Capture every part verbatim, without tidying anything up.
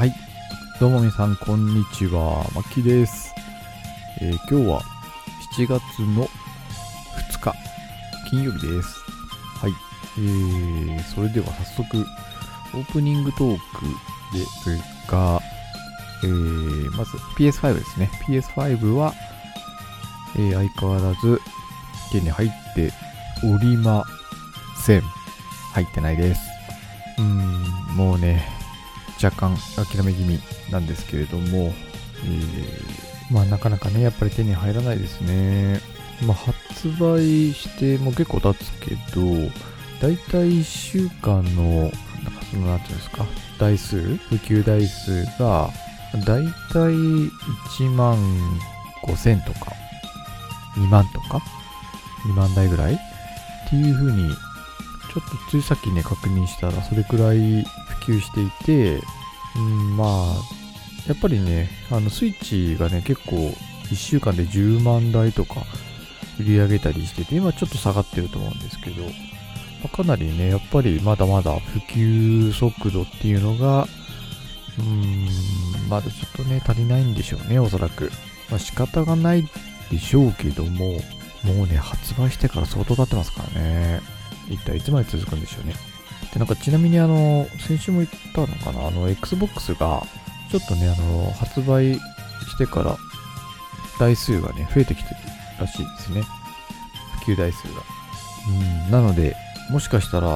はい、どうも皆さんこんにちは、まきです。えー、今日はしちがつのふつか金曜日です。はい、えー、それでは早速オープニングトークですが、えー、まず ピーエスファイブ ですね。 ピーエスファイブ は、えー、相変わらず手に入っておりません。入ってないです。うーんもうね若干諦め気味なんですけれども、えー、まあなかなかねやっぱり手に入らないですね。まあ発売してもう結構経つけど、だいたいいっしゅうかんのなんかそのなんていうんですか、台数普及台数がだいたいいちまんごせんとかにまんとかにまんだいぐらいっていう風にちょっとついさっきね確認したらそれくらい普及していて、うん、まあやっぱりねあのスイッチがね結構いっしゅうかんでじゅうまんだいとか売り上げたりしてて、今ちょっと下がってると思うんですけど、まあ、かなりねやっぱりまだまだ普及速度っていうのがうーんまだちょっとね足りないんでしょうね、おそらく。まあ仕方がないでしょうけども、もうね発売してから相当経ってますからね。一体いつまで続くんでしょうね。でなんかちなみにあの先週も言ったのかな、あの Xbox がちょっとねあの発売してから台数がね増えてきてるらしいですね、普及台数が。うんなのでもしかしたら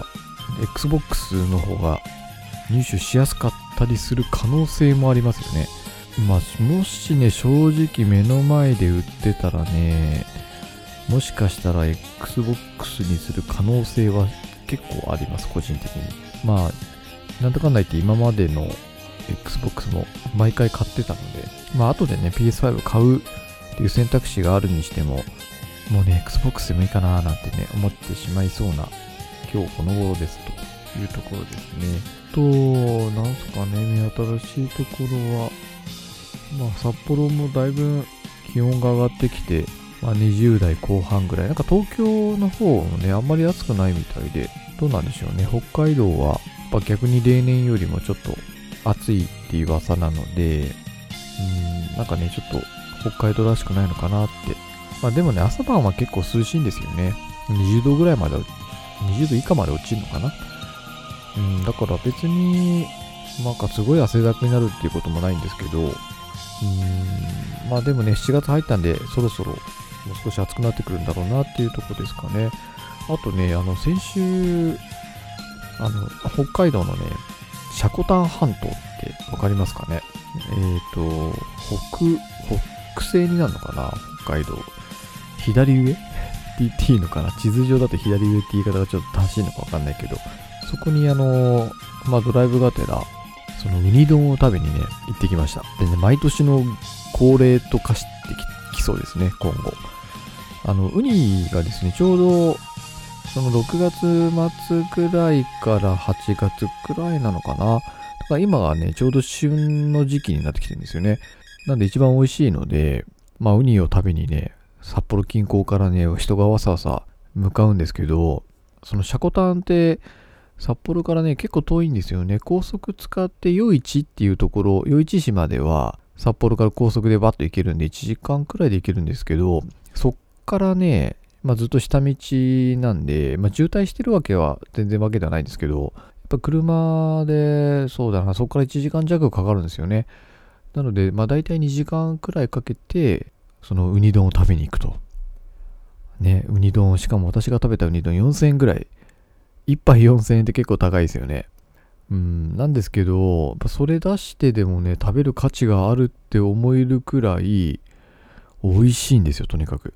Xbox の方が入手しやすかったりする可能性もありますよね。まあもしね正直目の前で売ってたらね、もしかしたら Xbox にする可能性は結構あります、個人的に。まあなんだかんだ言って今までの Xbox も毎回買ってたので、まあ後でね ピーエスファイブ 買うっていう選択肢があるにしても、もうね Xbox でもいいかななんてね思ってしまいそうな今日この頃ですというところですね。となんすかね、目新しいところはまあ札幌もだいぶ気温が上がってきて、まあ、にじゅうだいこう半ぐらい。なんか東京の方もねあんまり暑くないみたいで、どうなんでしょうね。北海道はやっぱ逆に例年よりもちょっと暑いっていう噂なので、うーんなんかねちょっと北海道らしくないのかなって。まあでもね朝晩は結構涼しいんですよね。にじゅうどぐらいまで、にじゅうど以下まで落ちるのかな。うんだから別になんかすごい汗だくになるっていうこともないんですけど、うーんまあでもねしちがつ入ったんでそろそろもう少し暑くなってくるんだろうなっていうところですかね。あとねあの先週あの北海道のね積丹半島ってわかりますかね。えっ、ー、と北北西になるのかな、北海道左上って言っていいのかな。地図上だと左上って言い方がちょっと正しいのかわかんないけど、そこにあのまあドライブがてらそのウニ丼を食べにね行ってきました。でね毎年の恒例と化してき, きそうですね今後。あのウニがですねちょうどそのろくがつ末ぐらいからはちがつくらいなのかな。だから今がねちょうど旬の時期になってきてるんですよね。なんで一番美味しいので、まあウニを食べにね札幌近郊からね人がわさわさ向かうんですけど、その積丹って札幌からね結構遠いんですよね。高速使って余市っていうところ、余市市までは札幌から高速でバッと行けるんでいちじかんくらいで行けるんですけど、そっからね、まあ、ずっと下道なんで、まあ、渋滞してるわけは全然わけではないんですけど、やっぱ車でそうだな、そっからいちじかん弱かかるんですよね。なのでまあ大体にじかんくらいかけてそのウニ丼を食べに行くとね。ウニ丼、しかも私が食べたウニ丼よんせんえんぐらい、一杯よんせんえんって結構高いですよね。うんなんですけど、それ出してでもね食べる価値があるって思えるくらい美味しいんですよ。とにかく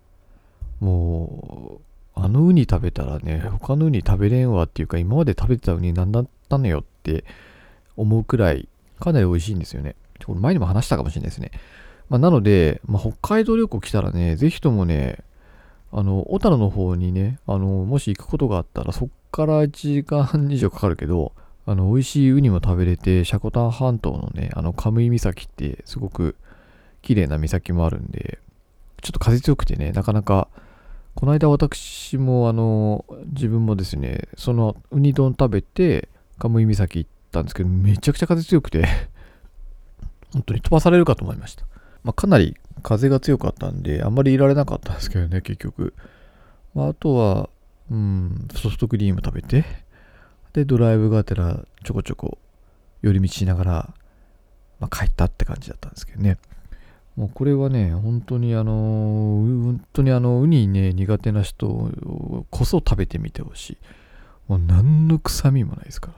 もうあのウニ食べたらね他のウニ食べれんわっていうか、今まで食べてたウニ何だったのよって思うくらいかなり美味しいんですよね。これ前にも話したかもしれないですね。まあ、なので、まあ、北海道旅行来たらねぜひともねあの小樽の方にねあのもし行くことがあったら、そっからいちじかん以上かかるけど、あの美味しいウニも食べれて、積丹半島のねあのカムイ岬ってすごく綺麗な岬もあるんで、ちょっと風強くてねなかなか、この間私もあの自分もですねそのウニ丼食べてカムイ岬行ったんですけど、めちゃくちゃ風強くて本当に飛ばされるかと思いました。まあ、かなり風が強かったんであんまりいられなかったんですけどね結局。まあ、あとは、うん、ソフトクリーム食べてでドライブがてらちょこちょこ寄り道しながら、まあ、帰ったって感じだったんですけどね。もうこれはね本当にあの本当にあのウニね苦手な人こそ食べてみてほしい。もう何の臭みもないですから、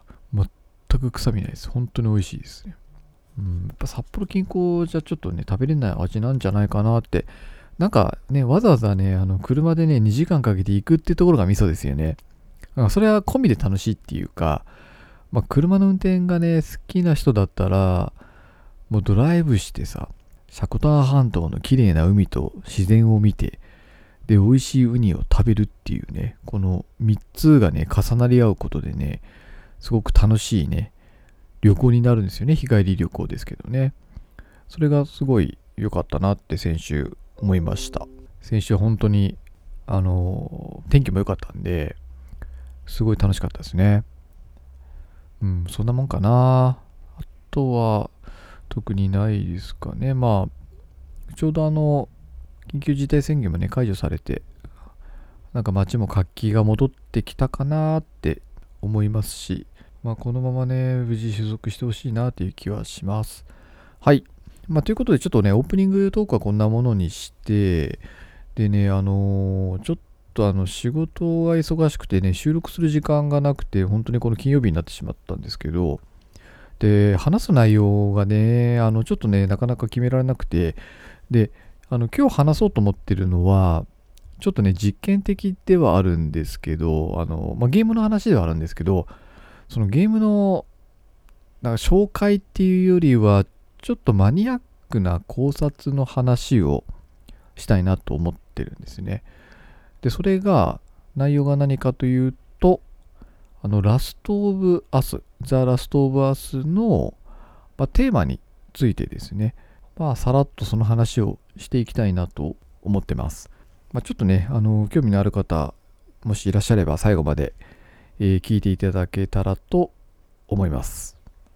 全く臭みないです。本当に美味しいですね。うん、やっぱ札幌近郊じゃちょっとね食べれない味なんじゃないかなって。なんかねわざわざねあの車でねにじかんかけて行くっていうところがミソですよね。それは込みで楽しいっていうか、まあ、車の運転がね好きな人だったらもうドライブしてさ積丹半島の綺麗な海と自然を見てで美味しいウニを食べるっていうねこのみっつがね重なり合うことでねすごく楽しいね旅行になるんですよね。日帰り旅行ですけどね。それがすごい良かったなって先週思いました。先週本当にあの天気も良かったんですごい楽しかったですね。うん、そんなもんかな。あとは特にないですかね。まあちょうどあの緊急事態宣言もね解除されてなんか街も活気が戻ってきたかなって思いますし、まあこのままね無事収束してほしいなっていう気はします。はい。まあということでちょっとねオープニングトークはこんなものにしてでねあのー、ちょっとあの仕事が忙しくてね収録する時間がなくて本当にこの金曜日になってしまったんですけど、で話す内容がねあのちょっとねなかなか決められなくて、であの今日話そうと思ってるのはちょっとね実験的ではあるんですけどあの、まあ、ゲームの話ではあるんですけどそのゲームのなんか紹介っていうよりはちょっとマニアックな考察の話をしたいなと思ってるんですね。でそれが内容が何かというとあのラストオブアスザ・ラストオブアスの、まあ、テーマについてですね、まあ、さらっとその話をしていきたいなと思ってます。まあ、ちょっとねあの興味のある方もしいらっしゃれば最後まで、えー聞いていただけたらと思います。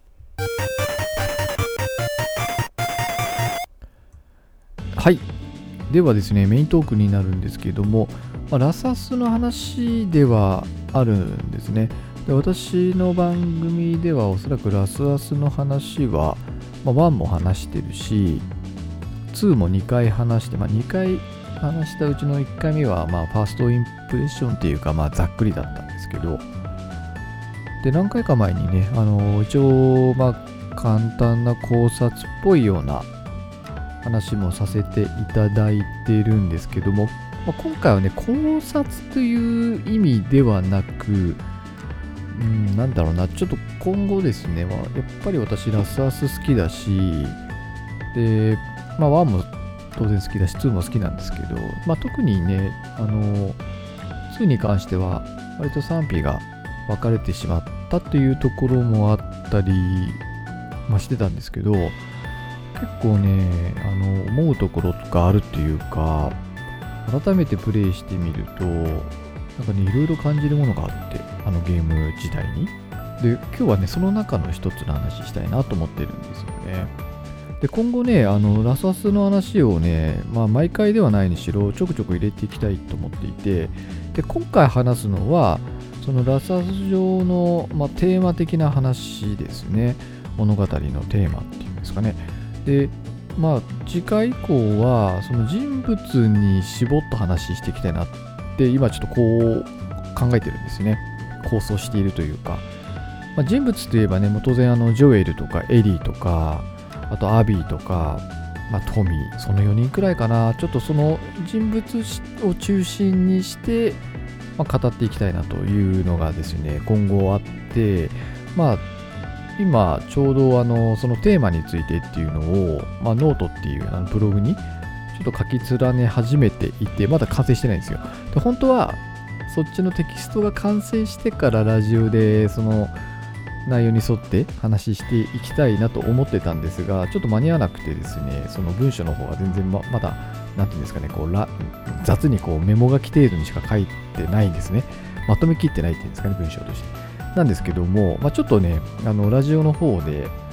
はい。ではですね、メイントークになるんですけれども、まあ、ラスアスの話ではあるんですね。で私の番組ではおそらくラスアスの話は、まあ、いちも話してるし、にもにかい話して、まあ、にかい話したうちのいっかいめは、まあ、ファーストインプレッションっていうか、まあ、ざっくりだったんですけど、で、何回か前にね、あの一応、まあ、簡単な考察っぽいような話もさせていただいているんですけども、まあ、今回はね考察という意味ではなく、うん、なんだろうなちょっと今後ですね、まあ、やっぱり私ラスアス好きだしで、まあ、いちも当然好きだしにも好きなんですけど、まあ、特にねあのにに関しては割と賛否が分かれてしまったというところもあったり、まあ、してたんですけど結構ねあの思うところとかあるっていうか改めてプレイしてみるとなんかねいろいろ感じるものがあってあのゲーム自体にで今日はねその中の一つの話したいなと思ってるんですよね。で今後ねあのラスアスの話をねまあ毎回ではないにしろちょくちょく入れていきたいと思っていてで今回話すのはそのラスアス上の、まあ、テーマ的な話ですね。物語のテーマっていうんですかね。でまあ次回以降はその人物に絞った話していきたいなって今ちょっとこう考えてるんですね。構想しているというか、まあ、人物といえばねもう当然あのジョエルとかエリーとかあとアビーとか、まあ、トミーそのよにんくらいかな。ちょっとその人物を中心にして、まあ、語っていきたいなというのがですね今後あってまあ今ちょうどあのそのテーマについてっていうのを、まあ、ノートっていうあのブログにちょっと書き連ね始めていてまだ完成してないんですよ。で本当はそっちのテキストが完成してからラジオでその内容に沿って話していきたいなと思ってたんですがちょっと間に合わなくてですねその文章の方が全然 ま, まだなんていうんですかねこうら雑にこうメモ書き程度にしか書いてないんですね。まとめきってないっていうんですかね文章としてなんですけども、まあ、ちょっとねあのラジオの方で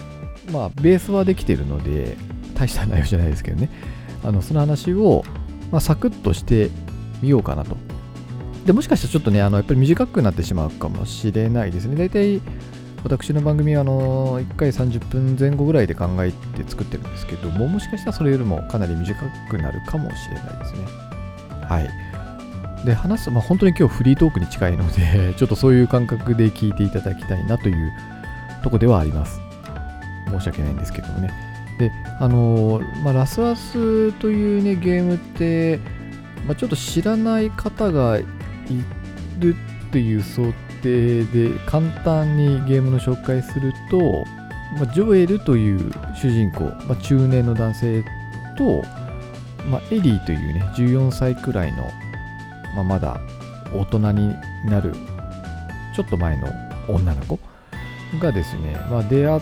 まあベースはできてるので大した内容じゃないですけどね、あのその話を、まあ、サクッとしてみようかなと。でもしかしたらちょっとね、あのやっぱり短くなってしまうかもしれないですね。だいたい私の番組はあのいっかいさんじゅっぷんぜん後ぐらいで考えて作ってるんですけども、もしかしたらそれよりもかなり短くなるかもしれないですね。はい。で、話す、まあ、本当に今日フリートークに近いので、ちょっとそういう感覚で聞いていただきたいなというとこではあります。申し訳ないんですけどもね。で、あのー、まあ、ラスアスというね、ゲームって、まあ、ちょっと知らない方がいるっていう想定で簡単にゲームの紹介すると、まあ、ジョエルという主人公、まあ、中年の男性と、まあ、エリーというねじゅうよんさいくらいの、まあ、まだ大人になるちょっと前の女の子がですね、まあ、出会って、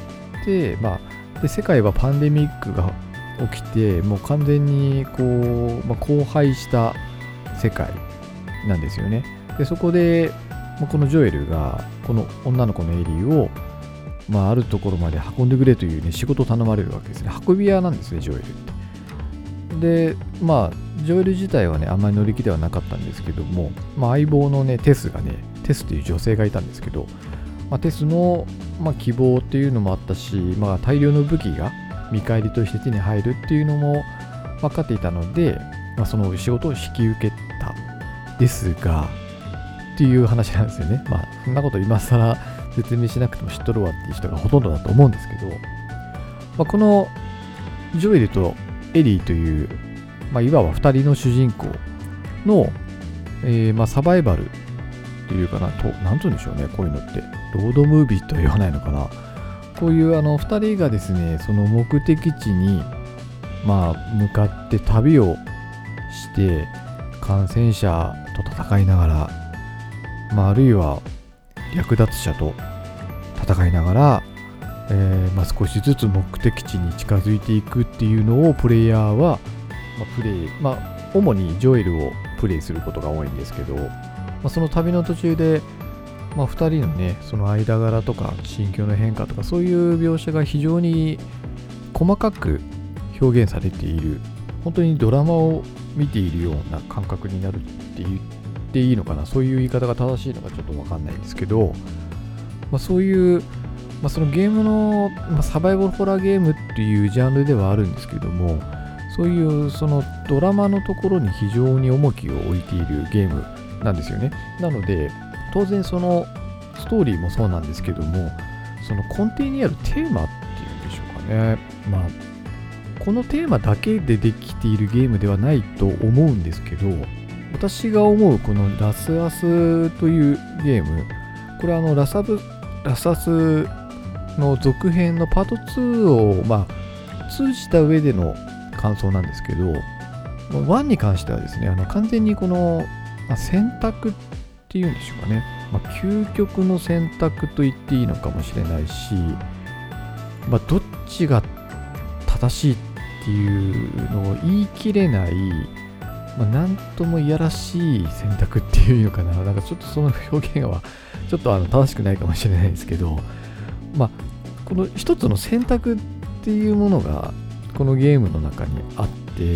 まあ、で世界はパンデミックが起きてもう完全にこう、まあ、荒廃した世界なんですよね。でそこでこのジョエルがこの女の子のエリーを、まあ、あるところまで運んでくれという、ね、仕事を頼まれるわけですね。運び屋なんですね、ジョエルって。でまあジョエル自体はねあんまり乗り気ではなかったんですけども、まあ、相棒のねテスがねテスという女性がいたんですけど、まあ、テスの、まあ、希望っていうのもあったし、まあ、大量の武器が見返りとして手に入るっていうのも分かっていたので、まあ、その仕事を引き受けたですがっていう話なんですよね。まあそんなこと今更説明しなくても知っとるわっていう人がほとんどだと思うんですけど、まあ、このジョエルとエリーという、まあ、いわばふたりの主人公の、えーまあ、サバイバルというかなと、なんて言うんでしょうね、こういうのってロードムービーとは言わないのかな。こういうあのふたりがですねその目的地に、まあ、向かって旅をして感染者と戦いながら、まあ、あるいは略奪者と戦いながら、えーまあ、少しずつ目的地に近づいていくっていうのをプレイヤーは、まあ、プレイ、まあ、主にジョエルをプレイすることが多いんですけど、まあ、その旅の途中で、まあ、ふたりのねその間柄とか心境の変化とかそういう描写が非常に細かく表現されている、本当にドラマを見ているような感覚になるって言っていいのかな、そういう言い方が正しいのかちょっと分かんないんですけど、まあ、そういう、まあ、そのゲームの、まあ、サバイバルホラーゲームっていうジャンルではあるんですけども、そういうそのドラマのところに非常に重きを置いているゲームなんですよね。なので当然そのストーリーもそうなんですけども、その根底にあるテーマっていうんでしょうかね、まあこのテーマだけでできているゲームではないと思うんですけど、私が思うこのラスアスというゲーム、これはあのラサブラスアスの続編のパートツーをまあ通じた上での感想なんですけど、ワンに関してはですね、あの完全にこの、まあ、選択っていうんでしょうかね、まあ、究極の選択と言っていいのかもしれないし、まあ、どっちが正しいっていうのを言い切れない、まあ、なんともいやらしい選択っていうのかな、なんかちょっとその表現はちょっとあの正しくないかもしれないですけど、まあ、この一つの選択っていうものがこのゲームの中にあって、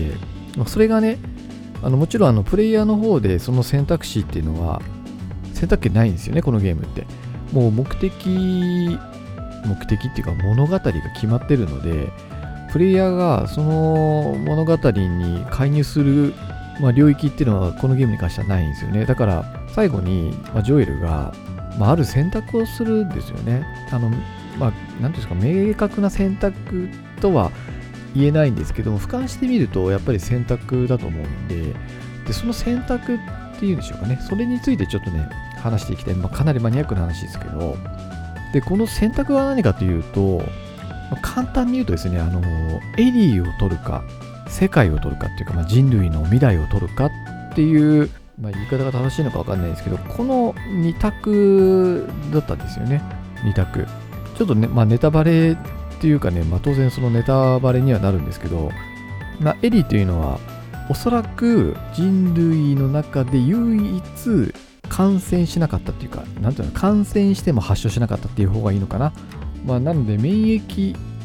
それがね、あのもちろんあのプレイヤーの方でその選択肢っていうのは選択権ないんですよね、このゲームって。もう目的目的っていうか物語が決まってるので、プレイヤーがその物語に介入する、まあ、領域っていうのはこのゲームに関してはないんですよね。だから最後に、まあ、ジョエルが、まあ、ある選択をするんですよね。あのまあ何ていうんですか、明確な選択とは言えないんですけども、俯瞰してみるとやっぱり選択だと思うんで、でその選択っていうんでしょうかね、それについてちょっとね話していきたい、まあ、かなりマニアックな話ですけど、でこの選択は何かというと、まあ、簡単に言うとですね、あのエリーを取るか世界を取るかっていうか、まあ、人類の未来を取るかっていう、まあ、言い方が正しいのか分かんないですけど、このに択だったんですよね。に択ちょっとね、まあ、ネタバレっていうかね、まあ、当然そのネタバレにはなるんですけど、まあ、エリーというのはおそらく人類の中で唯一感染しなかったっていうか、なんていうの、感染しても発症しなかったっていう方がいいのかな。まあ、なので免疫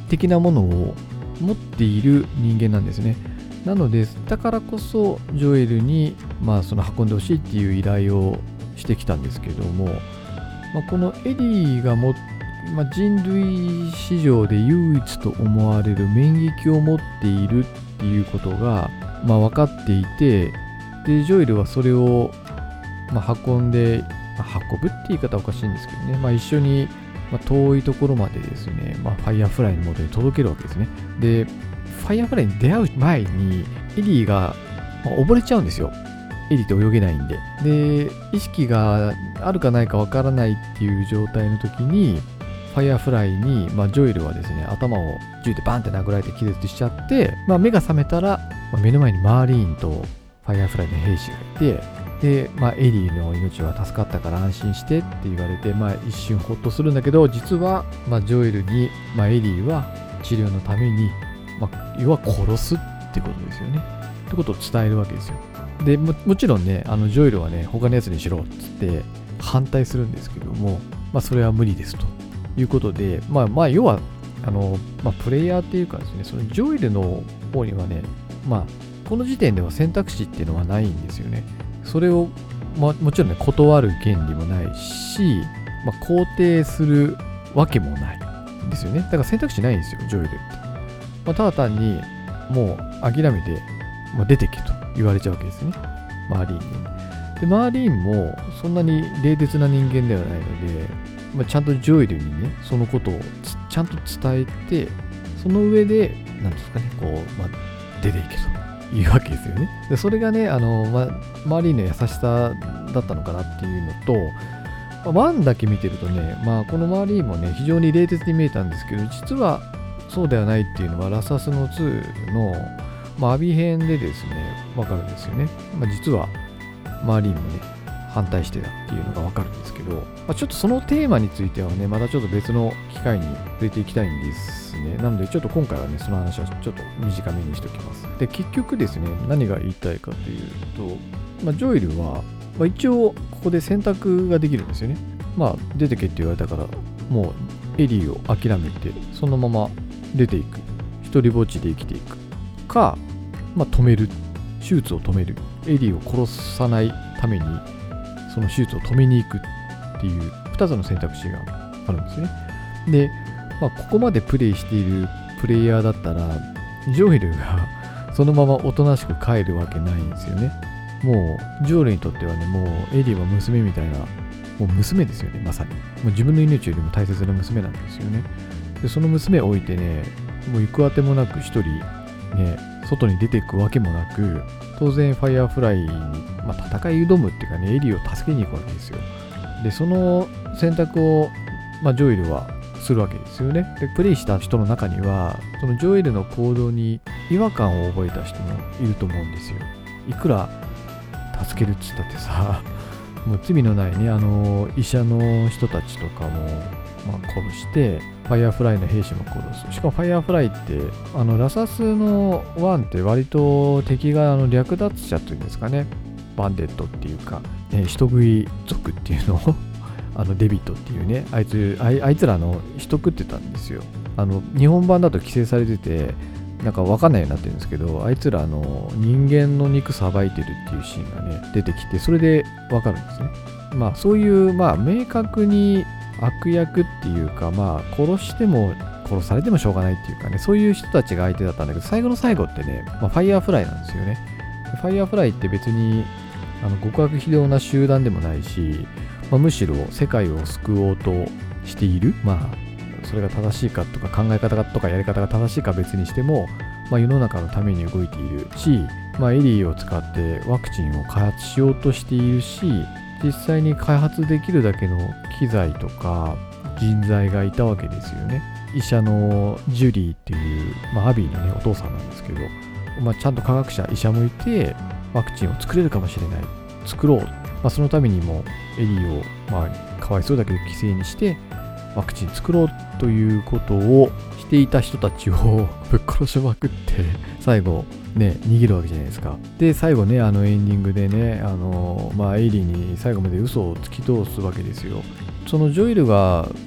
的なものを持っている人間なんですね。なのでだからこそジョエルにまあその運んでほしいっていう依頼をしてきたんですけども、まあ、このエディがも、まあ、人類史上で唯一と思われる免疫を持っているっていうことが、まあ、分かっていて、でジョエルはそれを、まあ、運んで、まあ、運ぶって言い方はおかしいんですけどね、まあ、一緒に、まあ、遠いところまでですね、まあ、ファイヤーフライの元に届けるわけですね。でファイヤーフライに出会う前にエディが、まあ、溺れちゃうんですよ。エディって泳げないんで。で意識があるかないかわからないっていう状態の時にファイヤーフライに、まあ、ジョエルはですね頭を銃でバンって殴られて気絶しちゃって、まあ、目が覚めたら、まあ、目の前にマーリーンとファイヤーフライの兵士がいて、で、まあ、エディの命は助かったから安心してって言われて、まあ、一瞬ホッとするんだけど、実は、まあ、ジョエルに、まあ、エディは治療のために、まあ、要は殺すってことですよね。ってことを伝えるわけですよ。で も, もちろんね、あのジョエルはね、他のやつにしろっつって反対するんですけども、まあ、それは無理ですということで、まあ、まあ要はあの、まあ、プレイヤーっていうかですね、そのジョエルの方にはね、まあ、この時点では選択肢っていうのはないんですよね。それを、まあ、もちろんね、断る権利もないし、まあ、肯定するわけもないんですよね。だから選択肢ないんですよ、ジョエルって。まあ、ただ単にもう諦めて、まあ、出てけと言われちゃうわけですね、マーリーンに。でマーリーンもそんなに冷徹な人間ではないので、まあ、ちゃんとジョエルにねそのことをちゃんと伝えて、その上で何ですかね、こう、まあ、出ていけというわけですよね。でそれがね、あの、まあ、マーリーンの優しさだったのかなっていうのと、まあ、ワンだけ見てるとね、まあ、このマーリーンもね非常に冷徹に見えたんですけど、実はそうではないっていうのはラサスのツーの、まあ、アビ編でですねわかるんですよね。まあ、実はマーリーンもね反対してたっていうのがわかるんですけど、まあ、ちょっとそのテーマについてはねまたちょっと別の機会に触れていきたいんですね。なのでちょっと今回はねその話はちょっと短めにしておきます。で結局ですね、何が言いたいかというと、まあ、ジョエルは、まあ、一応ここで選択ができるんですよね。まあ出てけって言われたからもうエリーを諦めてそのまま出ていく、一人ぼっちで生きていくか、まあ、止める、手術を止める、エリーを殺さないためにその手術を止めに行くっていうふたつの選択肢があるんですね。で、まあ、ここまでプレイしているプレイヤーだったらジョエルがそのままおとなしく帰るわけないんですよね。もうジョエルにとってはね、もうエリーは娘みたいな、もう娘ですよね、まさに。もう自分の命よりも大切な娘なんですよね。でその娘を置いてね、もう行くあてもなく一人ね外に出ていくわけもなく、当然ファイヤーフライに、まあ、戦い挑むっていうかね、エリーを助けに行くわけですよ。でその選択を、まあ、ジョエルはするわけですよね。でプレイした人の中にはそのジョエルの行動に違和感を覚えた人もいると思うんですよ。いくら助けるっつったってさ、もう罪のないね、あの医者の人たちとかも、まあ、殺して、ファイヤーフライの兵士も殺す。しかもファイヤーフライってあのラサスのワンって割と敵があの略奪者というんですかね、バンデットっていうか、ね、人食い族っていうのをあのデビットっていうね、あいつ あい, あいつらの人食ってたんですよ。あの日本版だと規制されててなんか分かんないようになってるんですけど、あいつらの人間の肉さばいてるっていうシーンがね出てきて、それで分かるんですね。まあそういうまあ明確に悪役っていうか、まあ殺しても殺されてもしょうがないっていうかね、そういう人たちが相手だったんだけど、最後の最後ってね、まあ、ファイヤーフライなんですよね。ファイヤーフライって別にあの極悪非道な集団でもないし、まあ、むしろ世界を救おうとしている、まあそれが正しいかとか考え方とかやり方が正しいか別にしても、まあ、世の中のために動いているし、まあ、エリーを使ってワクチンを開発しようとしているし、実際に開発できるだけの機材とか人材がいたわけですよね。医者のジュリーっていう、まあ、アビーのねお父さんなんですけど、まあ、ちゃんと科学者医者もいてワクチンを作れるかもしれない、作ろう、まあ、そのためにもエリーを、まあ、かわいそうだけど犠牲にしてワクチン作ろうということをしていた人たちをぶっ殺しまくって最後ね逃げるわけじゃないですか。で最後ね、あのエンディングでね、あのまあエイリーに最後まで嘘を突き通すわけですよ。そのジョエルが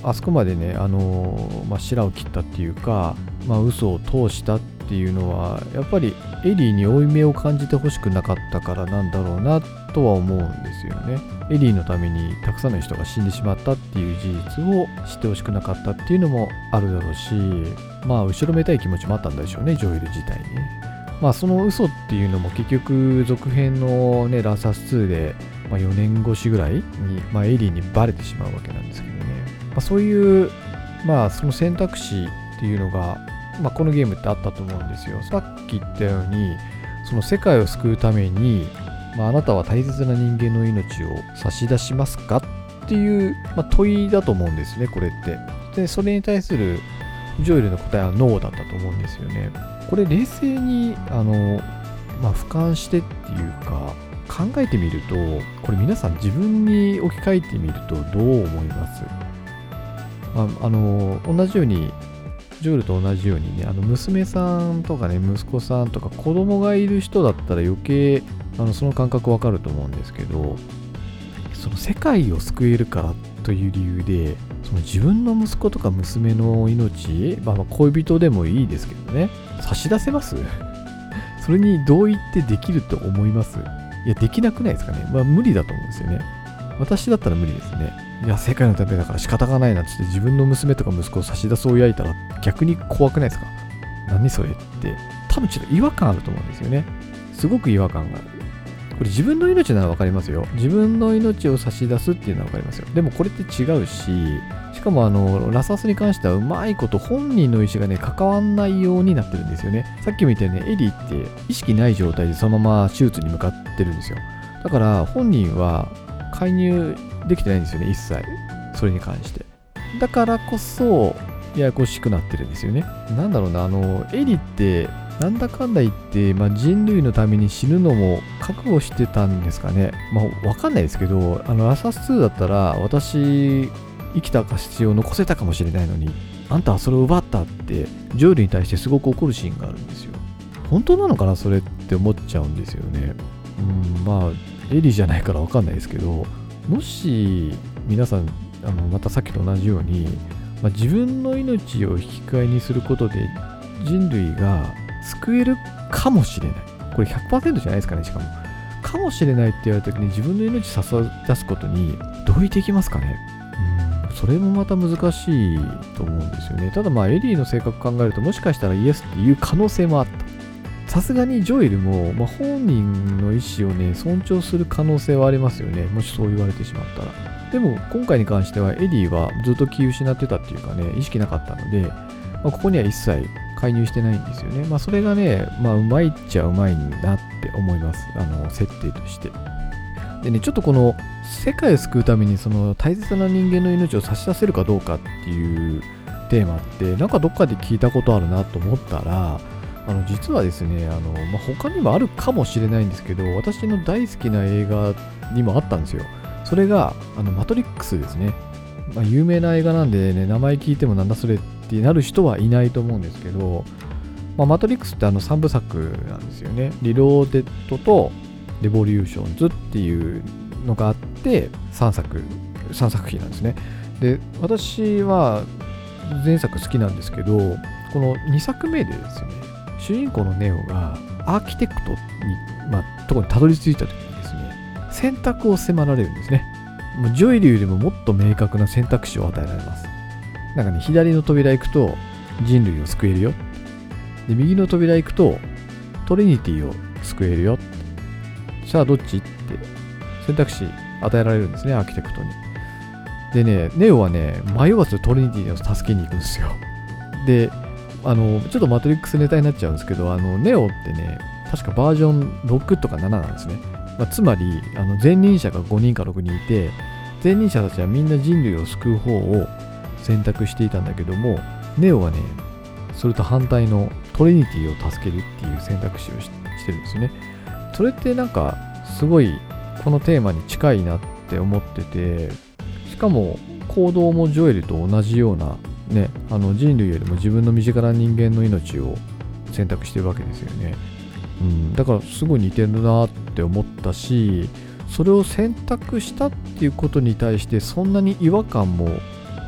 あそこまでね、あのまあ、白を切ったっていうか、まあ、嘘を通したっていうのはやっぱりエリーに負い目を感じてほしくなかったからなんだろうなとは思うんですよね。エリーのためにたくさんの人が死んでしまったっていう事実を知ってほしくなかったっていうのもあるだろうし、まあ後ろめたい気持ちもあったんでしょうね、ジョエル自体に。まあその嘘っていうのも結局続編のねラサスツーで、まあ、よねんごしぐらいに、まあ、エリーにバレてしまうわけなんですけどね、まあ、そういうまあその選択肢っていうのが、まあ、このゲームってあったと思うんですよ。さっき言ったようにその世界を救うために、まあ、あなたは大切な人間の命を差し出しますかっていう、まあ、問いだと思うんですね、これって。でそれに対するジョエルの答えはノーだったと思うんですよね。これ冷静にあの、まあ、俯瞰してっていうか考えてみると、これ皆さん自分に置き換えてみるとどう思います？あ, あの同じようにジョエルと同じようにね、あの娘さんとかね息子さんとか子供がいる人だったら余計あのその感覚わかると思うんですけど、その世界を救えるからという理由でその自分の息子とか娘の命、まあ、まあ恋人でもいいですけどね、差し出せます？それに同意ってできると思います？いや、できなくないですかね。まあ無理だと思うんですよね。私だったら無理ですね。いや、世界のためだから仕方がないなってって自分の娘とか息子を差し出す親いたら逆に怖くないですか？何それって、多分ちょっと違和感あると思うんですよね。すごく違和感がある。これ自分の命なら分かりますよ。自分の命を差し出すっていうのは分かりますよ。でもこれって違うし、しかもあのラサスに関してはうまいこと本人の意思がね関わんないようになってるんですよね。さっきも言ったようにエリーって意識ない状態でそのまま手術に向かってるんですよ。だから本人は介入できてないんですよね、一切それに関して。だからこそややこしくなってるんですよね。なんだろうな、あのエリーってなんだかんだ言って、まあ、人類のために死ぬのも覚悟してたんですかね。まあわかんないですけど、あのラサスツーだったら私生きた証を残せたかもしれないのに、あんたはそれを奪ったってジョエルに対してすごく怒るシーンがあるんですよ。本当なのかなそれって思っちゃうんですよね。うん、まあエリーじゃないからわかんないですけど、もし皆さんあのまたさっきと同じように、まあ、自分の命を引き換えにすることで人類が救えるかもしれない。これ ひゃくパーセント じゃないですかね。しかもかもしれないって言われた時に自分の命差し出すことに同意できますかね。うん、それもまた難しいと思うんですよね。ただまあエリーの性格考えるともしかしたらイエスっていう可能性もあった。さすがにジョエルも、まあ、本人の意思をね尊重する可能性はありますよね。もしそう言われてしまったら。でも今回に関してはエリーはずっと気失ってたっていうかね、意識なかったので、まあ、ここには一切介入してないんですよね。まあそれがね、まあうまいっちゃうまいんだって思います。あの設定として。でね、ちょっとこの世界を救うためにその大切な人間の命を差し出せるかどうかっていうテーマってなんかどっかで聞いたことあるなと思ったら、あの実はですね、あの、まあ、他にもあるかもしれないんですけど、私の大好きな映画にもあったんですよ。それがあのマトリックスですね。まあ、有名な映画なんでね、名前聞いてもなんだそれってなる人はいないと思うんですけど、まあ、マトリックスってあのさんぶさくなんですよね。リローデッドとレボリューションズっていうのがあってさんさくさんさく品なんですね。で、私は前作好きなんですけど、このにさくめでですね、主人公のネオがアーキテクトに、まあ、ところにたどり着いた時にですね、選択を迫られるんですね。もうジョエルよりももっと明確な選択肢を与えられます。なんかね、左の扉行くと人類を救えるよ。で、右の扉行くとトリニティを救えるよ。さあどっちって選択肢与えられるんですね、アーキテクトに。でね、ネオはね、迷わずトリニティを助けに行くんですよ。で、あの、ちょっとマトリックスネタになっちゃうんですけど、あの、ネオってね、確かバージョンろくとかなななんですね。まあ、つまり、あの前任者がごにんかろくにんいて、前任者たちはみんな人類を救う方を選択していたんだけども、ネオはね、それと反対のトリニティを助けるっていう選択肢を し, してるんですよね。それってなんか、すごいこのテーマに近いなって思ってて、しかも行動もジョエルと同じような、ね、あの人類よりも自分の身近な人間の命を選択してるわけですよね。うん、だからすごい似てるなって思ったし、それを選択したっていうことに対してそんなに違和感も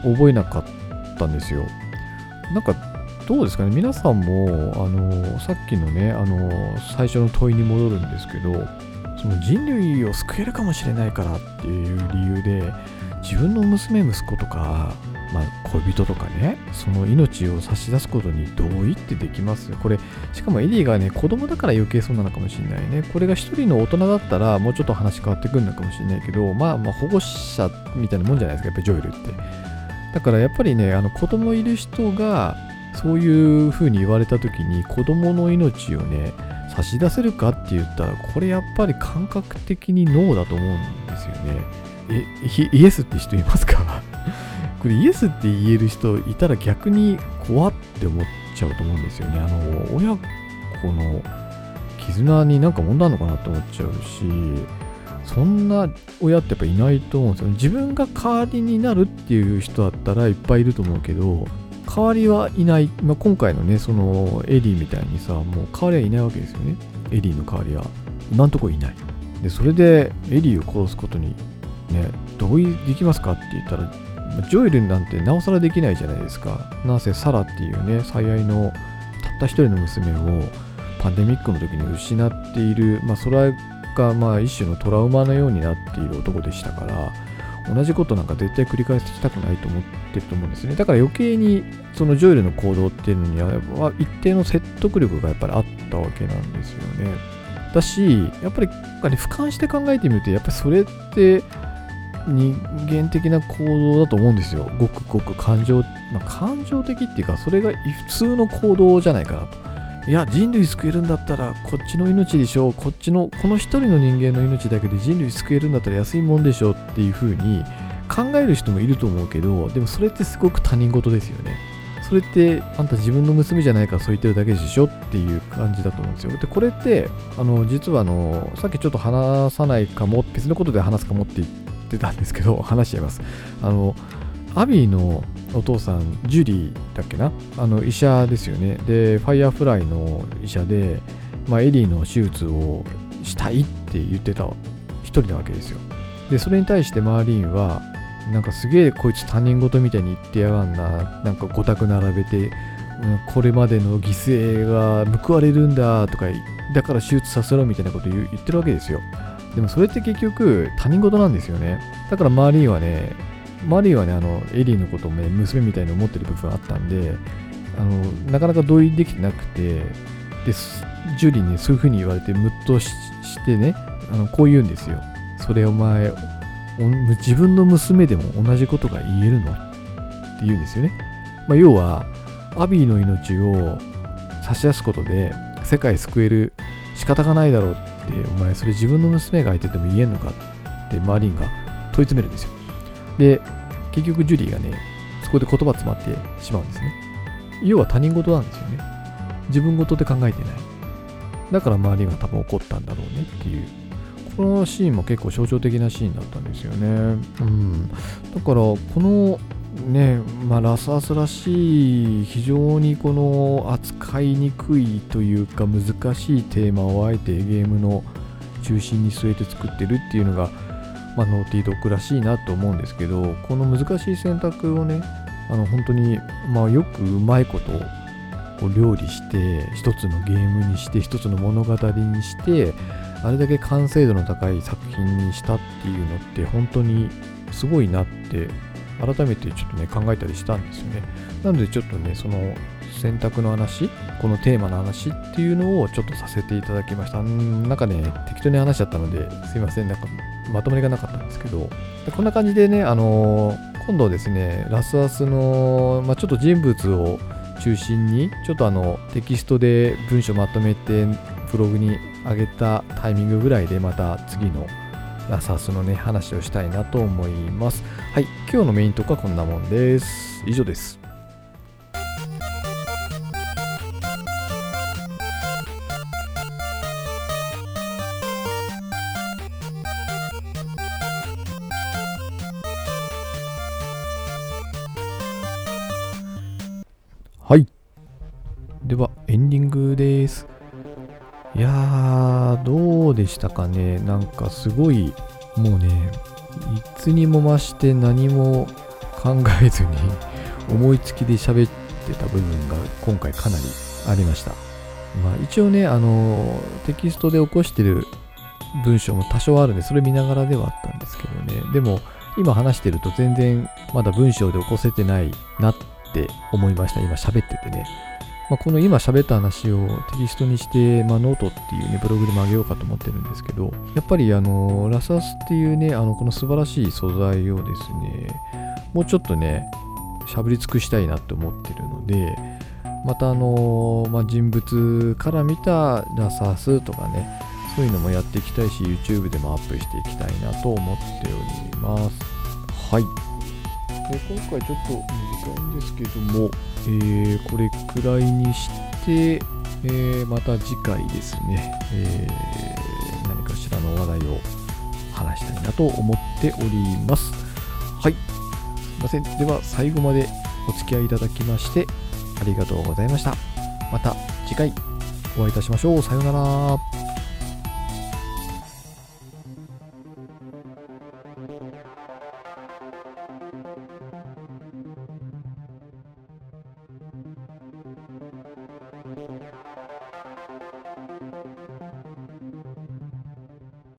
覚えなかったんですよ。なんかどうですかね、皆さんもあのさっきのねあの最初の問いに戻るんですけど、その人類を救えるかもしれないからっていう理由で自分の娘息子とか、まあ、恋人とかね、その命を差し出すことに同意ってできます？これしかもエディがね子供だから余計そうなのかもしれないね。これが一人の大人だったらもうちょっと話変わってくるのかもしれないけど、まあまあ保護者みたいなもんじゃないですか、やっぱりジョエルって。だからやっぱりね、あの子供いる人がそういう風に言われた時に子供の命をね差し出せるかって言ったら、これやっぱり感覚的にノーだと思うんですよね。え、イエスって人いますか？これイエスって言える人いたら逆に怖って思っちゃうと思うんですよね。あの親子の絆になんか問題あるのかなって思っちゃうし、そんな親ってやっぱいないと思うんですよ。自分が代わりになるっていう人だったらいっぱいいると思うけど、代わりはいない、まあ、今回のねそのエリーみたいにさ、もう代わりはいないわけですよね。エリーの代わりは今んとこいない。でそれでエリーを殺すことにね同意できますかって言ったら、ジョエルなんてなおさらできないじゃないですか。なぜサラっていうね最愛のたった一人の娘をパンデミックの時に失っている、まあそれがまあ一種のトラウマのようになっている男でしたから、同じことなんか絶対繰り返したくないと思ってると思うんですね。だから余計にそのジョエルの行動っていうのには一定の説得力がやっぱりあったわけなんですよね。だしやっぱり俯瞰して考えてみると、やっぱりそれって人間的な行動だと思うんですよ。ごくごく感情、まあ、感情的っていうか、それが普通の行動じゃないかなと。いや人類救えるんだったらこっちの命でしょう、こっちのこの一人の人間の命だけで人類救えるんだったら安いもんでしょうっていう風に考える人もいると思うけど、でもそれってすごく他人事ですよね。それってあんた自分の娘じゃないからそう言ってるだけでしょっていう感じだと思うんですよ。でこれってあの実はあのさっきちょっと話さないかも、別のことで話すかもって言ってたんですけど話しちゃいます。あのアビーのお父さんジュリーだっけな、あの医者ですよね。でファイアフライの医者で、まあ、エリーの手術をしたいって言ってた一人なわけですよ。でそれに対してマーリーンはなんかすげえこいつ他人事みたいに言ってやがんな、なんかご託並べて、うん、これまでの犠牲が報われるんだとか、だから手術させろみたいなこと言ってるわけですよ。でもそれって結局他人事なんですよね。だからマーリーンはねマリーはね、あのエリーのことを、ね、娘みたいに思ってる部分あったんで、あのなかなか同意できてなくて、でジュリーにそういう風に言われてムッと し, してねあのこう言うんですよ。それお前お自分の娘でも同じことが言えるのって言うんですよね。まあ、要はアビーの命を差し出すことで世界救える、仕方がないだろうって、お前それ自分の娘が相手でも言えんのかってマーリンが問い詰めるんですよ。で結局ジュリーがねそこで言葉詰まってしまうんですね。要は他人事なんですよね。自分事で考えてない。だから周りが多分怒ったんだろうねっていう、このシーンも結構象徴的なシーンだったんですよね。うん、だからこのね、まあ、ラスアスらしい非常にこの扱いにくいというか難しいテーマをあえてゲームの中心に据えて作ってるっていうのが、まあ、ノーティードッグらしいなと思うんですけど、この難しい選択をねあの本当に、まあ、よくうまいことを料理して一つのゲームにして一つの物語にしてあれだけ完成度の高い作品にしたっていうのって本当にすごいなって改めてちょっとね考えたりしたんですよね。なのでちょっとねその選択の話、このテーマの話っていうのをちょっとさせていただきました。なんかね適当に話しちゃったのですいません、なんかまとまりがなかったんですけど、でこんな感じでねあのー、今度ですねラスアスの、まあ、ちょっと人物を中心にちょっとあのテキストで文章まとめてブログに上げたタイミングぐらいでまた次のラスアスのね話をしたいなと思います。はい、今日のメイントークはこんなもんです。以上です。はい。では、エンディングです。いやー、どうでしたかね。なんかすごい、もうね、いつにも増して何も考えずに思いつきで喋ってた部分が今回かなりありました。まあ一応ね、あのテキストで起こしてる文章も多少あるんで、それ見ながらではあったんですけどね。でも今話してると全然まだ文章で起こせてないなって思いました。今喋っててね。まあ、この今喋った話をテキストにして、まあ、ノートっていうね、ブログでも上げようかと思ってるんですけど、やっぱりあの、ラサスっていうね、あの、この素晴らしい素材をですね、もうちょっとね、喋り尽くしたいなって思ってるので、またあの、まあ、人物から見たラサスとかね、そういうのもやっていきたいし、YouTube でもアップしていきたいなと思っております。はい。で今回ちょっと短いんですけども、えー、これくらいにして、えー、また次回ですね、えー、何かしらの話題を話したいなと思っております。はい。すいません。では最後までお付き合いいただきましてありがとうございました。また次回お会いいたしましょう。さようなら。